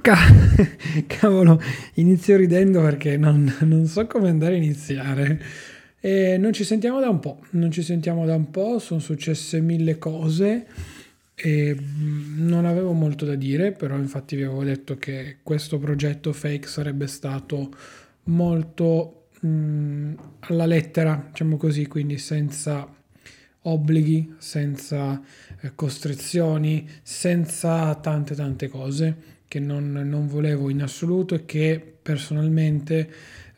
Cavolo, inizio ridendo perché non so come andare a iniziare. E non ci sentiamo da un po', non ci sentiamo da un po', sono successe mille cose e non avevo molto da dire, però infatti vi avevo detto che questo progetto fake sarebbe stato molto alla lettera, diciamo così, quindi senza obblighi, senza costrizioni, senza tante cose che non volevo in assoluto e che personalmente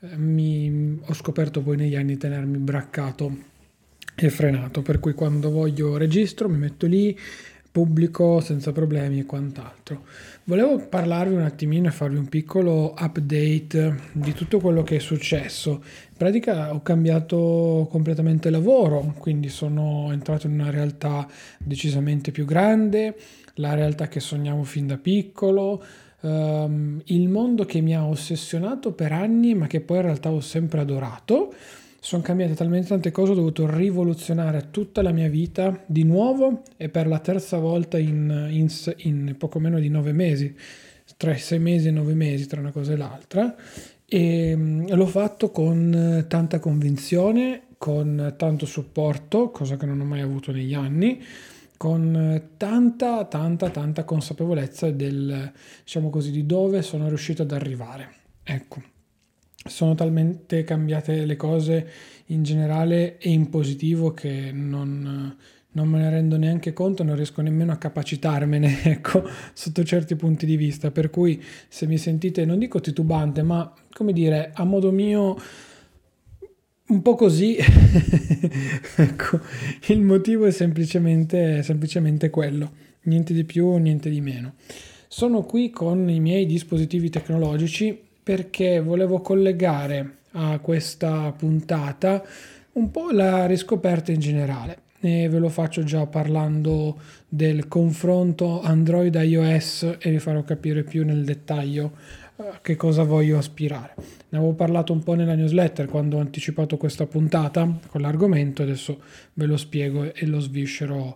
ho scoperto poi negli anni tenermi braccato e frenato, per cui quando voglio registro, mi metto lì, pubblico senza problemi e quant'altro. Volevo parlarvi un attimino e farvi un piccolo update di tutto quello che è successo. In pratica ho cambiato completamente lavoro, quindi sono entrato in una realtà decisamente più grande, la realtà che sognavo fin da piccolo, il mondo che mi ha ossessionato per anni, ma che poi in realtà ho sempre adorato. Sono cambiate talmente tante cose, ho dovuto rivoluzionare tutta la mia vita di nuovo e per la terza volta in poco meno di 9 mesi, tra i 6 mesi e 9 mesi, tra una cosa e l'altra. E l'ho fatto con tanta convinzione, con tanto supporto, cosa che non ho mai avuto negli anni, con tanta consapevolezza del, diciamo così, di dove sono riuscito ad arrivare. Ecco, sono talmente cambiate le cose in generale e in positivo che non me ne rendo neanche conto, non riesco nemmeno a capacitarmene, ecco, sotto certi punti di vista. Per cui se mi sentite, non dico titubante, ma come dire, a modo mio un po' così, ecco, il motivo è semplicemente quello, niente di più, niente di meno. Sono qui con i miei dispositivi tecnologici perché volevo collegare a questa puntata un po' la riscoperta in generale. E ve lo faccio già parlando del confronto Android-iOS e vi farò capire più nel dettaglio che cosa voglio aspirare. Ne avevo parlato un po' nella newsletter quando ho anticipato questa puntata con l'argomento, adesso ve lo spiego e lo sviscero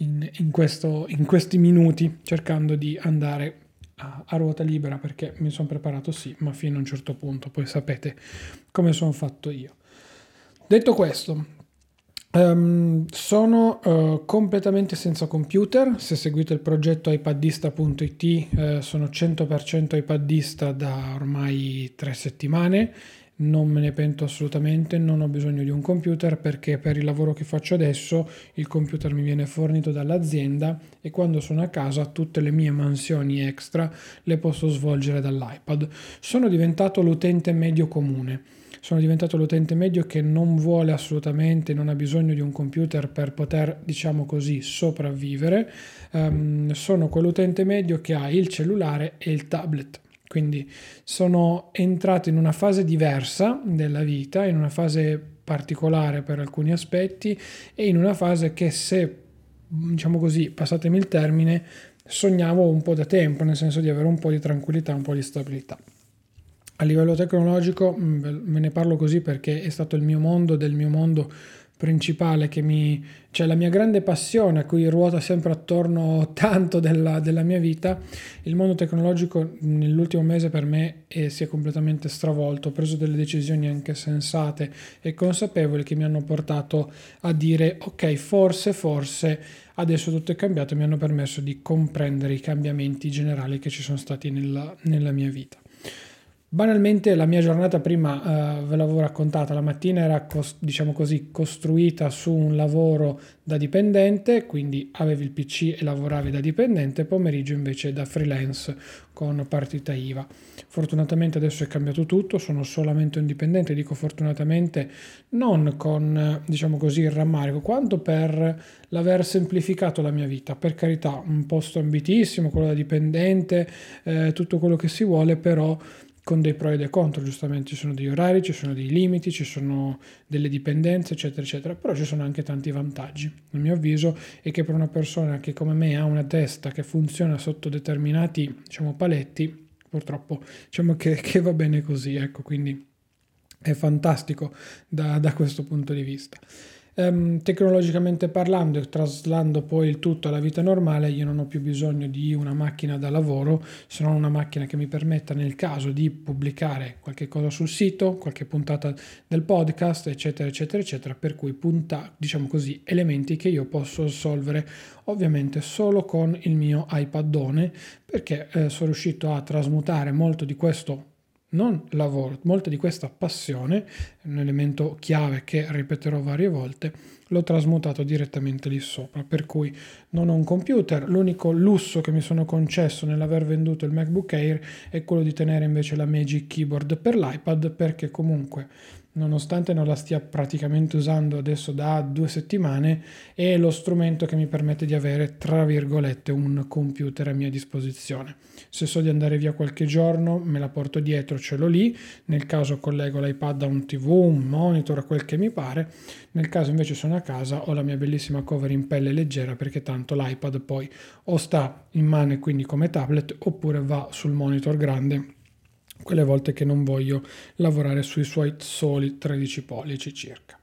in questi minuti, cercando di andare a ruota libera perché mi sono preparato sì, ma fino a un certo punto, poi sapete come sono fatto io. Detto questo, sono completamente senza computer. Se seguite il progetto iPadista.it, sono 100% iPadista da ormai 3 settimane. Non me ne pento assolutamente, non ho bisogno di un computer perché per il lavoro che faccio adesso il computer mi viene fornito dall'azienda e quando sono a casa tutte le mie mansioni extra le posso svolgere dall'iPad. Sono diventato l'utente medio comune. Sono diventato l'utente medio che non vuole assolutamente, non ha bisogno di un computer per poter, diciamo così, sopravvivere. Sono quell'utente medio che ha il cellulare e il tablet. Quindi sono entrato in una fase diversa della vita, in una fase particolare per alcuni aspetti e in una fase che se, diciamo così, passatemi il termine, sognavo un po' da tempo, nel senso di avere un po' di tranquillità, un po' di stabilità. A livello tecnologico ve ne parlo così perché è stato il mio mondo, del mio mondo principale cioè la mia grande passione a cui ruota sempre attorno tanto della mia vita. Il mondo tecnologico nell'ultimo mese per me si è completamente stravolto, ho preso delle decisioni anche sensate e consapevoli che mi hanno portato a dire ok, forse adesso tutto è cambiato e mi hanno permesso di comprendere i cambiamenti generali che ci sono stati nella mia vita. Banalmente la mia giornata prima, ve l'avevo raccontata, la mattina era diciamo così costruita su un lavoro da dipendente, quindi avevi il PC e lavoravi da dipendente, pomeriggio invece da freelance con partita IVA. Fortunatamente adesso è cambiato tutto, sono solamente un dipendente, dico fortunatamente non con diciamo così il rammarico, quanto per l'aver semplificato la mia vita. Per carità, un posto ambitissimo, quello da dipendente, tutto quello che si vuole, però con dei pro e dei contro, giustamente ci sono degli orari, ci sono dei limiti, ci sono delle dipendenze, eccetera, eccetera, però ci sono anche tanti vantaggi. Il mio avviso è che per una persona che come me ha una testa che funziona sotto determinati, diciamo, paletti, purtroppo diciamo che va bene così, ecco, quindi è fantastico da questo punto di vista. Tecnologicamente parlando e traslando poi il tutto alla vita normale, io non ho più bisogno di una macchina da lavoro, se non una macchina che mi permetta nel caso di pubblicare qualche cosa sul sito, qualche puntata del podcast, eccetera, eccetera, eccetera, per cui diciamo così, elementi che io posso risolvere ovviamente solo con il mio iPadone, perché sono riuscito a trasmutare molto di questo non lavoro, molta di questa passione, un elemento chiave che ripeterò varie volte, l'ho trasmutato direttamente lì sopra, per cui non ho un computer, l'unico lusso che mi sono concesso nell'aver venduto il MacBook Air è quello di tenere invece la Magic Keyboard per l'iPad, perché comunque nonostante non la stia praticamente usando adesso da 2 settimane, è lo strumento che mi permette di avere, tra virgolette, un computer a mia disposizione. Se so di andare via qualche giorno, me la porto dietro, ce l'ho lì, nel caso collego l'iPad a un TV, un monitor, a quel che mi pare, nel caso invece sono a casa ho la mia bellissima cover in pelle leggera, perché tanto l'iPad poi o sta in mano e quindi come tablet, oppure va sul monitor grande quelle volte che non voglio lavorare sui suoi soli 13 pollici circa.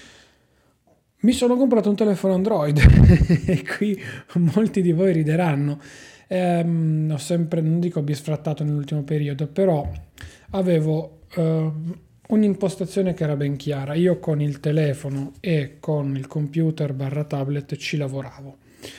Mi sono comprato un telefono Android e qui molti di voi rideranno. Ho sempre, non dico bisfrattato nell'ultimo periodo, però avevo un'impostazione che era ben chiara. Io con il telefono e con il computer barra tablet ci lavoravo.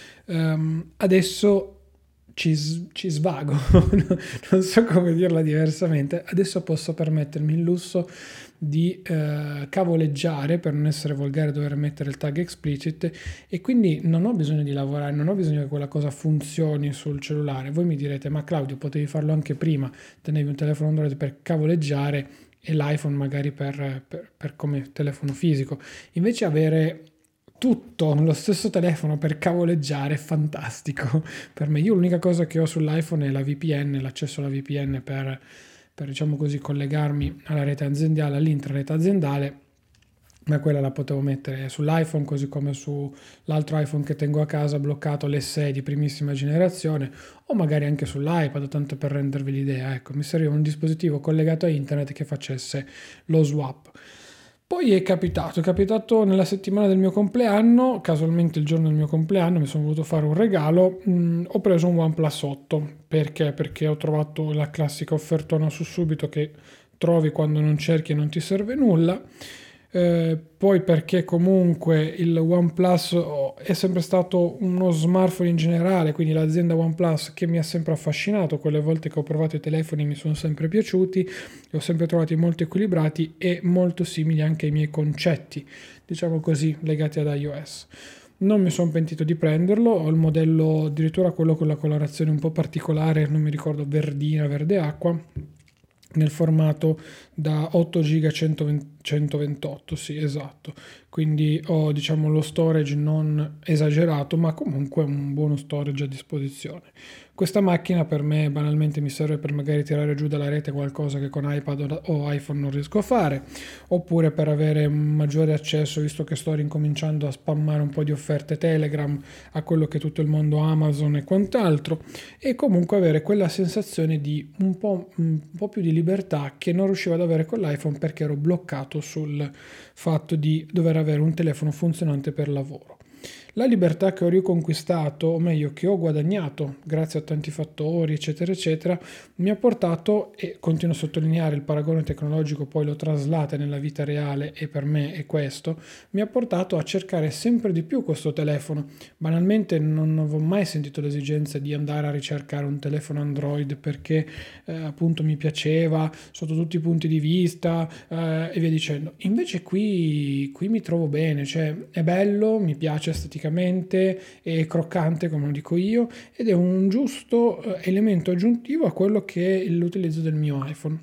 Adesso ci svago, non so come dirla diversamente. Adesso posso permettermi il lusso di cavoleggiare, per non essere volgare, dover mettere il tag explicit, e quindi non ho bisogno di lavorare, non ho bisogno che quella cosa funzioni sul cellulare. Voi mi direte, ma Claudio, potevi farlo anche prima, tenevi un telefono Android per cavoleggiare e l'iPhone magari per come telefono fisico. Invece avere tutto lo stesso telefono per cavoleggiare è fantastico per me. Io l'unica cosa che ho sull'iPhone è la VPN, l'accesso alla VPN per diciamo così collegarmi alla rete aziendale, all'intranet aziendale, ma quella la potevo mettere sull'iPhone così come sull'altro iPhone che tengo a casa bloccato, l'SE di primissima generazione, o magari anche sull'iPad, tanto per rendervi l'idea. Ecco, mi serviva un dispositivo collegato a internet che facesse lo swap. Poi è capitato nella settimana del mio compleanno, casualmente il giorno del mio compleanno mi sono voluto fare un regalo, ho preso un OnePlus 8, perché? Perché ho trovato la classica offertona su Subito che trovi quando non cerchi e non ti serve nulla. Poi perché comunque il OnePlus è sempre stato uno smartphone in generale, quindi l'azienda OnePlus che mi ha sempre affascinato, quelle volte che ho provato i telefoni mi sono sempre piaciuti, li ho sempre trovati molto equilibrati e molto simili anche ai miei concetti, diciamo così, legati ad iOS. Non mi sono pentito di prenderlo, ho il modello addirittura quello con la colorazione un po' particolare, non mi ricordo, verdina, verde acqua, nel formato da 8 giga 128, sì, esatto. Quindi ho, diciamo, lo storage non esagerato, ma comunque un buono storage a disposizione. Questa macchina per me banalmente mi serve per magari tirare giù dalla rete qualcosa che con iPad o iPhone non riesco a fare, oppure per avere un maggiore accesso, visto che sto ricominciando a spammare un po' di offerte Telegram a quello che è tutto il mondo Amazon e quant'altro, e comunque avere quella sensazione di un po' più di libertà che non riuscivo ad avere con l'iPhone, perché ero bloccato sul fatto di dover avere un telefono funzionante per lavoro. La libertà che ho riconquistato, o meglio che ho guadagnato grazie a tanti fattori, eccetera, eccetera, mi ha portato, e continuo a sottolineare il paragone tecnologico, poi lo traslate nella vita reale e per me è questo, mi ha portato a cercare sempre di più questo telefono. Banalmente non avevo mai sentito l'esigenza di andare a ricercare un telefono Android perché appunto mi piaceva sotto tutti i punti di vista e via dicendo. Invece qui mi trovo bene, cioè è bello, mi piace esteticamente, è croccante come lo dico io, ed è un giusto elemento aggiuntivo a quello che è l'utilizzo del mio iPhone.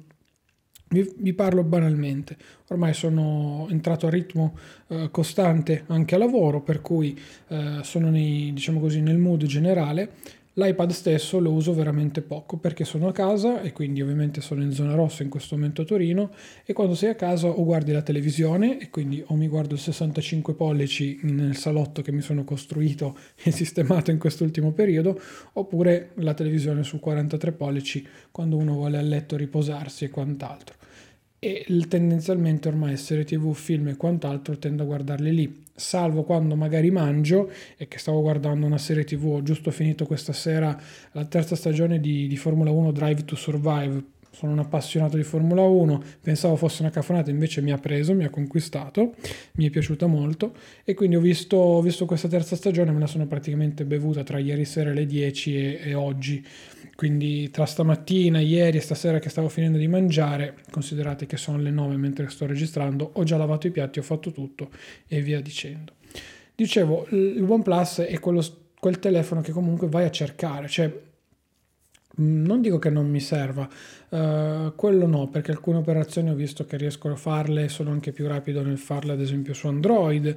Vi parlo banalmente, ormai sono entrato a ritmo costante anche a lavoro, per cui sono diciamo così, nel mood generale. L'iPad stesso lo uso veramente poco perché sono a casa e quindi ovviamente sono in zona rossa in questo momento a Torino, e quando sei a casa o guardi la televisione e quindi o mi guardo il 65 pollici nel salotto che mi sono costruito e sistemato in quest'ultimo periodo, oppure la televisione su 43 pollici quando uno vuole a letto riposarsi e quant'altro. E tendenzialmente ormai serie TV, film e quant'altro tendo a guardarli lì. salvo quando magari mangio e che stavo guardando una serie TV, ho giusto finito questa sera la terza stagione di Formula 1 Drive to Survive. Sono un appassionato di Formula 1, pensavo fosse una cafonata, invece mi ha preso, mi ha conquistato, mi è piaciuta molto e quindi ho visto questa terza stagione, me la sono praticamente bevuta tra ieri sera alle 10 e oggi. Quindi tra stamattina, ieri e stasera che stavo finendo di mangiare, considerate che sono le 9 mentre sto registrando, ho già lavato i piatti, ho fatto tutto e via dicendo. Dicevo, il OnePlus è quel telefono che comunque vai a cercare, cioè non dico che non mi serva, quello no, perché alcune operazioni ho visto che riesco a farle, sono anche più rapido nel farle ad esempio su Android.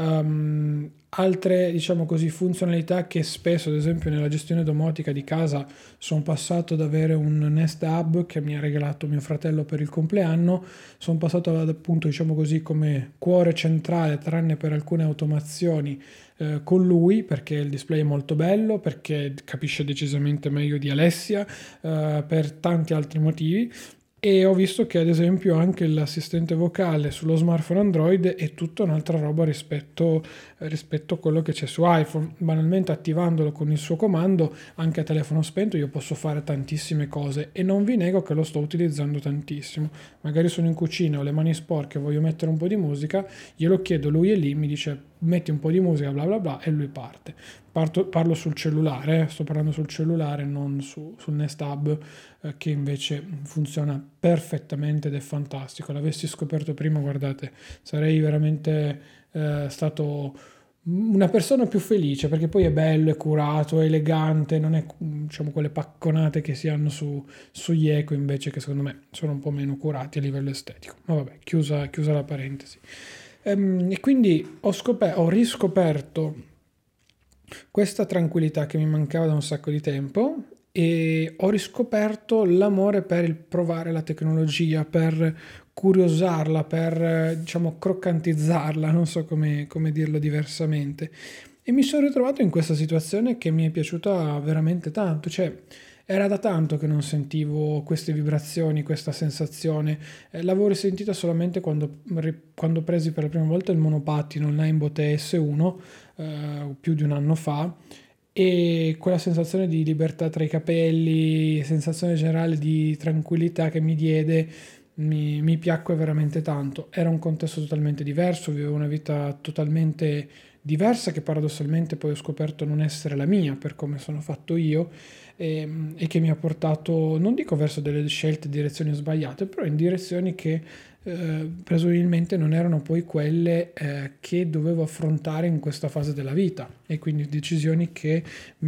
Altre, diciamo così, funzionalità che spesso, ad esempio nella gestione domotica di casa, sono passato ad avere un Nest Hub che mi ha regalato mio fratello per il compleanno, sono passato ad appunto, diciamo così, come cuore centrale, tranne per alcune automazioni con lui perché il display è molto bello, perché capisce decisamente meglio di Alessia, per tanti altri motivi. E ho visto che ad esempio anche l'assistente vocale sullo smartphone Android è tutta un'altra roba rispetto a quello che c'è su iPhone. Banalmente attivandolo con il suo comando, anche a telefono spento, io posso fare tantissime cose e non vi nego che lo sto utilizzando tantissimo. Magari sono in cucina, ho le mani sporche, voglio mettere un po' di musica, glielo chiedo, lui è lì, mi dice metti un po' di musica, bla bla bla, e lui parte. Parlo sul cellulare, sto parlando sul cellulare, non sul Nest Hub, che invece funziona perfettamente ed è fantastico. L'avessi scoperto prima, guardate, sarei veramente stato una persona più felice perché poi è bello, è curato, è elegante, non è diciamo quelle pacconate che si hanno sugli Eco invece che secondo me sono un po' meno curati a livello estetico. Ma vabbè, chiusa la parentesi. E quindi ho riscoperto questa tranquillità che mi mancava da un sacco di tempo e ho riscoperto l'amore per il provare la tecnologia, per curiosarla, per diciamo croccantizzarla, non so come dirlo diversamente. E mi sono ritrovato in questa situazione che mi è piaciuta veramente tanto, cioè era da tanto che non sentivo queste vibrazioni, questa sensazione. L'avevo risentita solamente quando presi per la prima volta il monopattino, il Ninebot S1, più di un anno fa, e quella sensazione di libertà tra i capelli, sensazione generale di tranquillità che mi diede, mi piacque veramente tanto. Era un contesto totalmente diverso, vivevo una vita totalmente diversa che paradossalmente poi ho scoperto non essere la mia per come sono fatto io e che mi ha portato, non dico verso delle scelte, direzioni sbagliate, però in direzioni che presumibilmente non erano poi quelle che dovevo affrontare in questa fase della vita e quindi decisioni che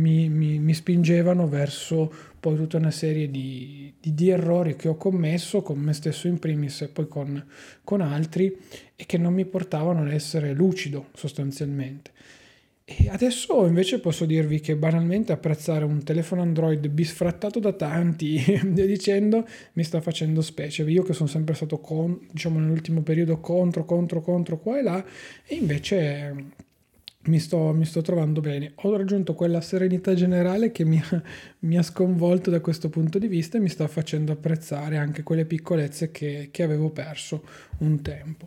mi spingevano verso poi tutta una serie di errori che ho commesso con me stesso in primis e poi con altri e che non mi portavano ad essere lucido sostanzialmente. E adesso invece posso dirvi che banalmente apprezzare un telefono Android bisfrattato da tanti, via dicendo, mi sta facendo specie. Io che sono sempre stato diciamo nell'ultimo periodo contro qua e là, e invece mi sto trovando bene. Ho raggiunto quella serenità generale che mi ha sconvolto da questo punto di vista e mi sta facendo apprezzare anche quelle piccolezze che avevo perso un tempo.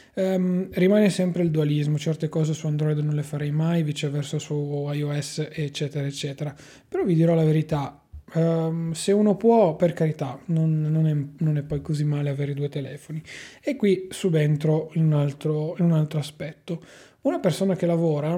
Rimane sempre il dualismo, certe cose su Android non le farei mai, viceversa su iOS, eccetera, eccetera. Però vi dirò la verità, se uno può, per carità, non è poi così male avere due telefoni. E qui subentro in un altro aspetto. Una persona che lavora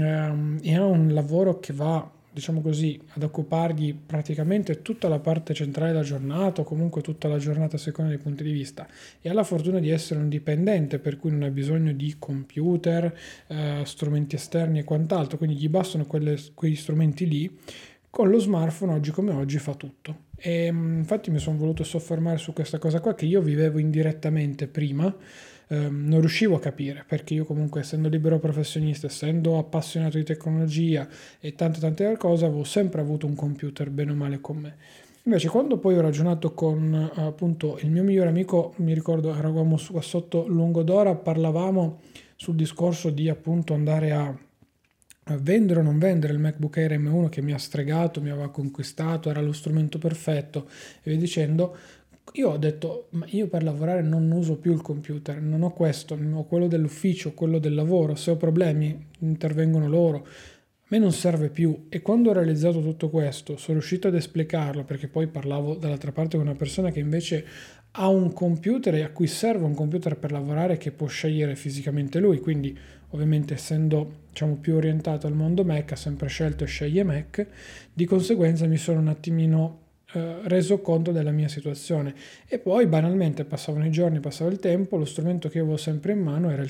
e ha un lavoro che va, diciamo così, ad occupargli praticamente tutta la parte centrale della giornata o comunque tutta la giornata a seconda dei punti di vista e ha la fortuna di essere un dipendente per cui non ha bisogno di computer, strumenti esterni e quant'altro, quindi gli bastano quegli strumenti lì, con lo smartphone oggi come oggi fa tutto. E infatti mi sono voluto soffermare su questa cosa qua che io vivevo indirettamente prima, non riuscivo a capire perché io comunque essendo libero professionista, essendo appassionato di tecnologia e tante altre cose avevo sempre avuto un computer bene o male con me. Invece quando poi ho ragionato con appunto il mio migliore amico, mi ricordo eravamo sotto lungo d'ora, parlavamo sul discorso di appunto andare a vendere o non vendere il MacBook Air M1 che mi ha stregato, mi aveva conquistato, era lo strumento perfetto e via dicendo. Io ho detto, ma io per lavorare non uso più il computer, non ho questo, ho quello dell'ufficio, quello del lavoro, se ho problemi intervengono loro, a me non serve più. E quando ho realizzato tutto questo, sono riuscito ad esplicarlo, perché poi parlavo dall'altra parte con una persona che invece ha un computer e a cui serve un computer per lavorare che può scegliere fisicamente lui, quindi ovviamente essendo diciamo più orientato al mondo Mac ha sempre scelto e sceglie Mac, di conseguenza mi sono un attimino reso conto della mia situazione e poi banalmente passavano i giorni, passava il tempo, lo strumento che avevo sempre in mano era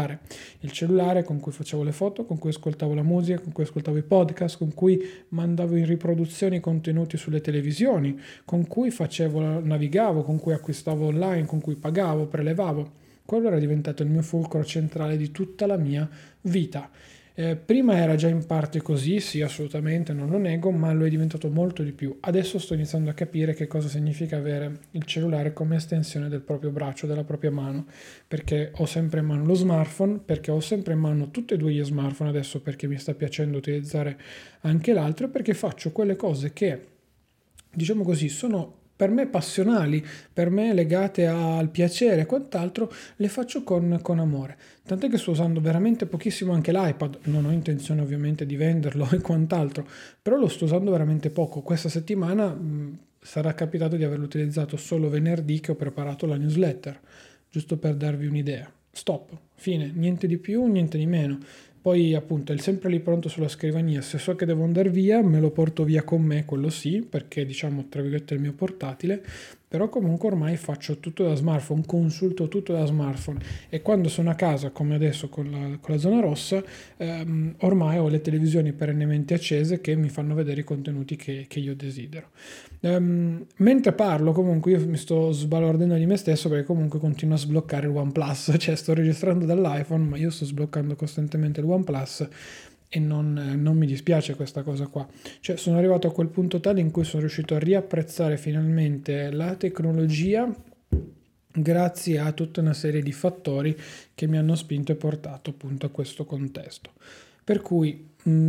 il cellulare con cui facevo le foto, con cui ascoltavo la musica, con cui ascoltavo i podcast, con cui mandavo in riproduzione i contenuti sulle televisioni, con cui facevo, navigavo, con cui acquistavo online, con cui pagavo, prelevavo. Quello era diventato il mio fulcro centrale di tutta la mia vita. Prima era già in parte così, sì, assolutamente, non lo nego, ma lo è diventato molto di più. Adesso sto iniziando a capire che cosa significa avere il cellulare come estensione del proprio braccio, della propria mano, perché ho sempre in mano lo smartphone, perché ho sempre in mano tutti e due gli smartphone adesso perché mi sta piacendo utilizzare anche l'altro, e perché faccio quelle cose che, diciamo così, sono per me passionali, per me legate al piacere e quant'altro, le faccio con amore. Tant'è che sto usando veramente pochissimo anche l'iPad, non ho intenzione ovviamente di venderlo e quant'altro, però lo sto usando veramente poco. Questa settimana sarà capitato di averlo utilizzato solo venerdì che ho preparato la newsletter, giusto per darvi un'idea. Stop, fine, niente di più, niente di meno. Poi appunto è sempre lì pronto sulla scrivania, se so che devo andare via me lo porto via con me, quello sì, perché diciamo tra virgolette è il mio portatile, però comunque ormai faccio tutto da smartphone, consulto tutto da smartphone e quando sono a casa, come adesso con la zona rossa, ormai ho le televisioni perennemente accese che mi fanno vedere i contenuti che io desidero. Mentre parlo comunque io mi sto sbalordendo di me stesso perché comunque continuo a sbloccare il OnePlus, cioè sto registrando dall'iPhone ma io sto sbloccando costantemente il OnePlus e non mi dispiace questa cosa qua. Cioè sono arrivato a quel punto tale in cui sono riuscito a riapprezzare finalmente la tecnologia grazie a tutta una serie di fattori che mi hanno spinto e portato appunto a questo contesto. Per cui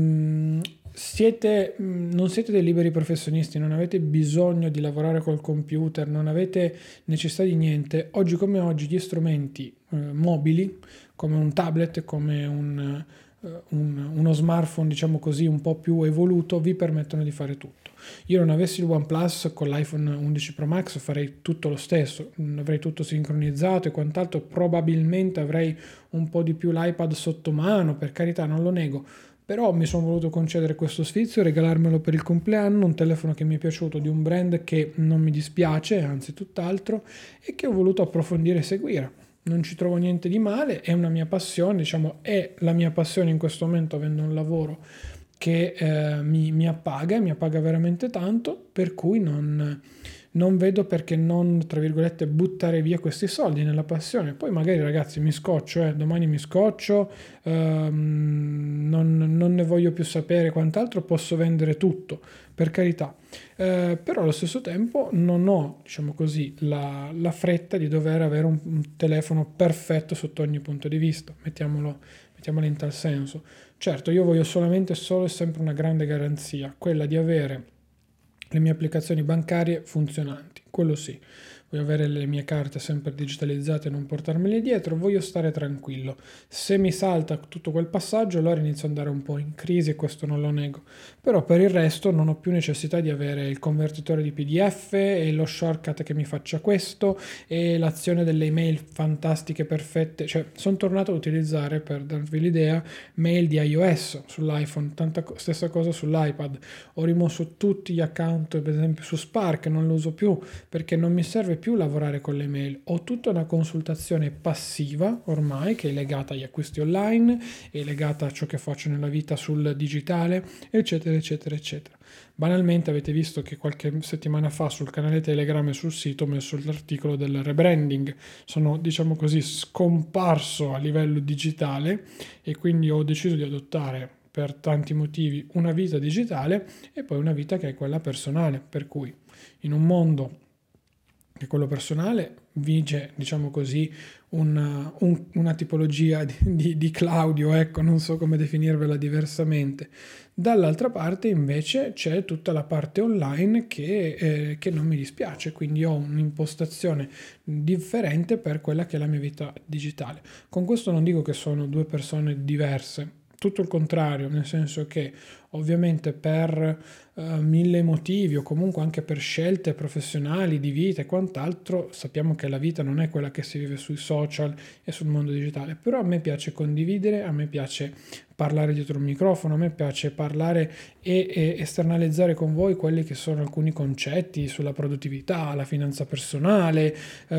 non siete dei liberi professionisti, non avete bisogno di lavorare col computer, non avete necessità di niente. Oggi come oggi gli strumenti mobili, come un tablet, come uno smartphone, diciamo così, un po' più evoluto, vi permettono di fare tutto. Io non avessi il OnePlus con l'iPhone 11 Pro Max farei tutto lo stesso, avrei tutto sincronizzato e quant'altro, probabilmente avrei un po' di più l'iPad sotto mano, per carità, non lo nego, però mi sono voluto concedere questo sfizio, regalarmelo per il compleanno, un telefono che mi è piaciuto di un brand che non mi dispiace, anzi tutt'altro, e che ho voluto approfondire e seguire. Non ci trovo niente di male, è una mia passione, diciamo, è la mia passione in questo momento avendo un lavoro che mi appaga veramente tanto, per cui non vedo perché non, tra virgolette, buttare via questi soldi nella passione. Poi magari ragazzi mi scoccio, domani mi scoccio, non ne voglio più sapere quant'altro, posso vendere tutto, per carità. Però allo stesso tempo non ho, diciamo così, la fretta di dover avere un telefono perfetto sotto ogni punto di vista, mettiamolo in tal senso. Certo, io voglio solamente solo e sempre una grande garanzia, quella di avere le mie applicazioni bancarie funzionanti, quello sì. Voglio avere le mie carte sempre digitalizzate e non portarmele dietro, voglio stare tranquillo. Se mi salta tutto quel passaggio, allora inizio ad andare un po' in crisi e questo non lo nego. Però per il resto non ho più necessità di avere il convertitore di PDF e lo shortcut che mi faccia questo e l'azione delle email fantastiche, perfette. Cioè, sono tornato ad utilizzare, per darvi l'idea, mail di iOS sull'iPhone, stessa cosa sull'iPad. Ho rimosso tutti gli account, per esempio su Spark, non lo uso più perché non mi serve più lavorare con le mail. Ho tutta una consultazione passiva ormai che è legata agli acquisti online, è legata a ciò che faccio nella vita sul digitale, eccetera, eccetera, eccetera. Banalmente avete visto che qualche settimana fa sul canale Telegram e sul sito ho messo l'articolo del rebranding. Sono, diciamo così, scomparso a livello digitale e quindi ho deciso di adottare per tanti motivi una vita digitale e poi una vita che è quella personale, per cui in un mondo che quello personale, vige, diciamo così, una tipologia di Claudio, ecco, non so come definirvela diversamente. Dall'altra parte invece c'è tutta la parte online che non mi dispiace, quindi ho un'impostazione differente per quella che è la mia vita digitale. Con questo non dico che sono due persone diverse, tutto il contrario, nel senso che ovviamente per mille motivi o comunque anche per scelte professionali, di vita e quant'altro, sappiamo che la vita non è quella che si vive sui social e sul mondo digitale, però a me piace condividere, a me piace parlare dietro un microfono, a me piace parlare e esternalizzare con voi quelli che sono alcuni concetti sulla produttività, la finanza personale,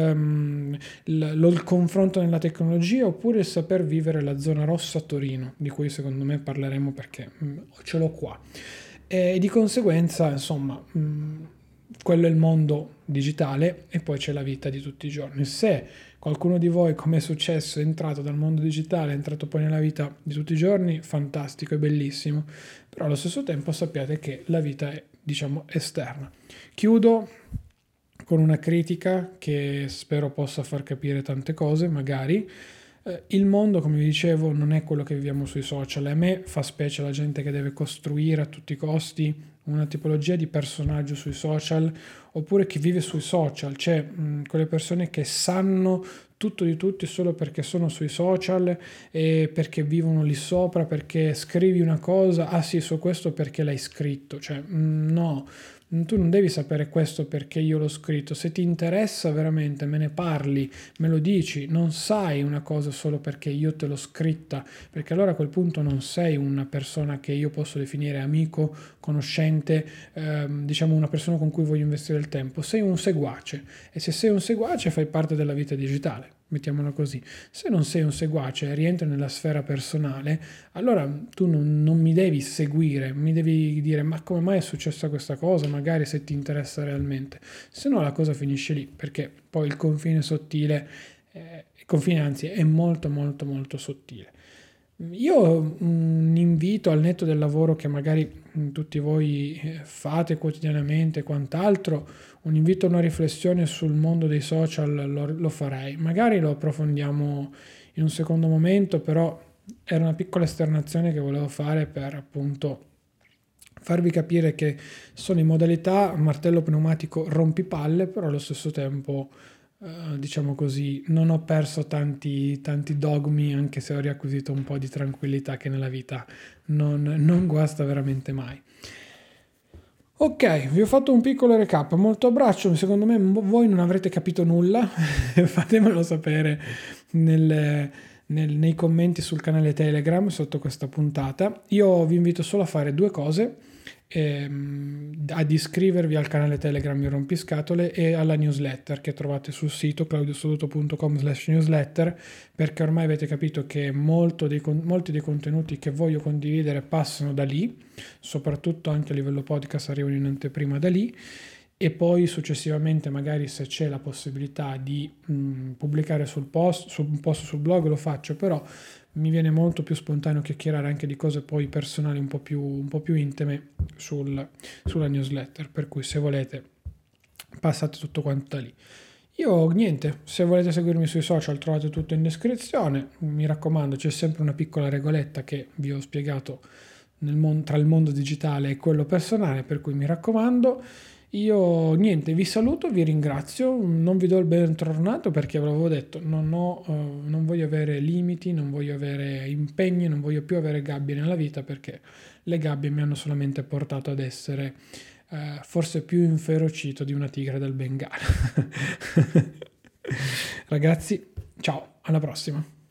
il confronto nella tecnologia oppure il saper vivere la zona rossa a Torino, di cui secondo me parleremo perché ce l'ho qua. E di conseguenza, insomma, quello è il mondo digitale e poi c'è la vita di tutti i giorni. Se qualcuno di voi, come è successo, è entrato dal mondo digitale, è entrato poi nella vita di tutti i giorni, fantastico, è bellissimo, però allo stesso tempo sappiate che la vita è, diciamo, esterna. Chiudo con una critica che spero possa far capire tante cose, magari. Il mondo, come vi dicevo, non è quello che viviamo sui social. A me fa specie la gente che deve costruire a tutti i costi una tipologia di personaggio sui social, oppure che vive sui social, cioè quelle persone che sanno tutto di tutti solo perché sono sui social e perché vivono lì sopra, perché scrivi una cosa, ah sì, so questo perché l'hai scritto, cioè no, tu non devi sapere questo perché io l'ho scritto, se ti interessa veramente me ne parli, me lo dici, non sai una cosa solo perché io te l'ho scritta, perché allora a quel punto non sei una persona che io posso definire amico, conoscente, diciamo una persona con cui voglio investire il tempo, sei un seguace e se sei un seguace fai parte della vita digitale. Mettiamola così, se non sei un seguace e rientri nella sfera personale, allora tu non mi devi seguire, mi devi dire ma come mai è successa questa cosa, magari se ti interessa realmente, se no la cosa finisce lì, perché poi il confine sottile, il confine anzi è molto molto molto sottile. Io un invito al netto del lavoro che magari tutti voi fate quotidianamente e quant'altro, un invito a una riflessione sul mondo dei social lo farei. Magari lo approfondiamo in un secondo momento, però era una piccola esternazione che volevo fare per appunto farvi capire che sono in modalità martello pneumatico rompipalle, però allo stesso tempo diciamo così, non ho perso tanti dogmi, anche se ho riacquisito un po' di tranquillità che nella vita non guasta veramente mai. Ok, vi ho fatto un piccolo recap, molto abbraccio, secondo me voi non avrete capito nulla, fatemelo sapere nei commenti sul canale Telegram sotto questa puntata. Io vi invito solo a fare due cose, ad iscrivervi al canale Telegram Mi Rompiscatole e alla newsletter che trovate sul sito claudiosoluto.com/newsletter, perché ormai avete capito che molti dei contenuti che voglio condividere passano da lì, soprattutto anche a livello podcast arrivano in anteprima da lì, e poi successivamente magari se c'è la possibilità di pubblicare su un post sul blog lo faccio, però mi viene molto più spontaneo chiacchierare anche di cose poi personali un po' più intime sulla newsletter, per cui se volete passate tutto quanto da lì. Io niente, se volete seguirmi sui social trovate tutto in descrizione, mi raccomando c'è sempre una piccola regoletta che vi ho spiegato tra il mondo digitale e quello personale, per cui mi raccomando. Io niente, vi saluto, vi ringrazio, non vi do il bentornato perché ve l'avevo detto, non voglio avere limiti, non voglio avere impegni, non voglio più avere gabbie nella vita perché le gabbie mi hanno solamente portato ad essere forse più inferocito di una tigre del Bengala. Ragazzi, ciao, alla prossima.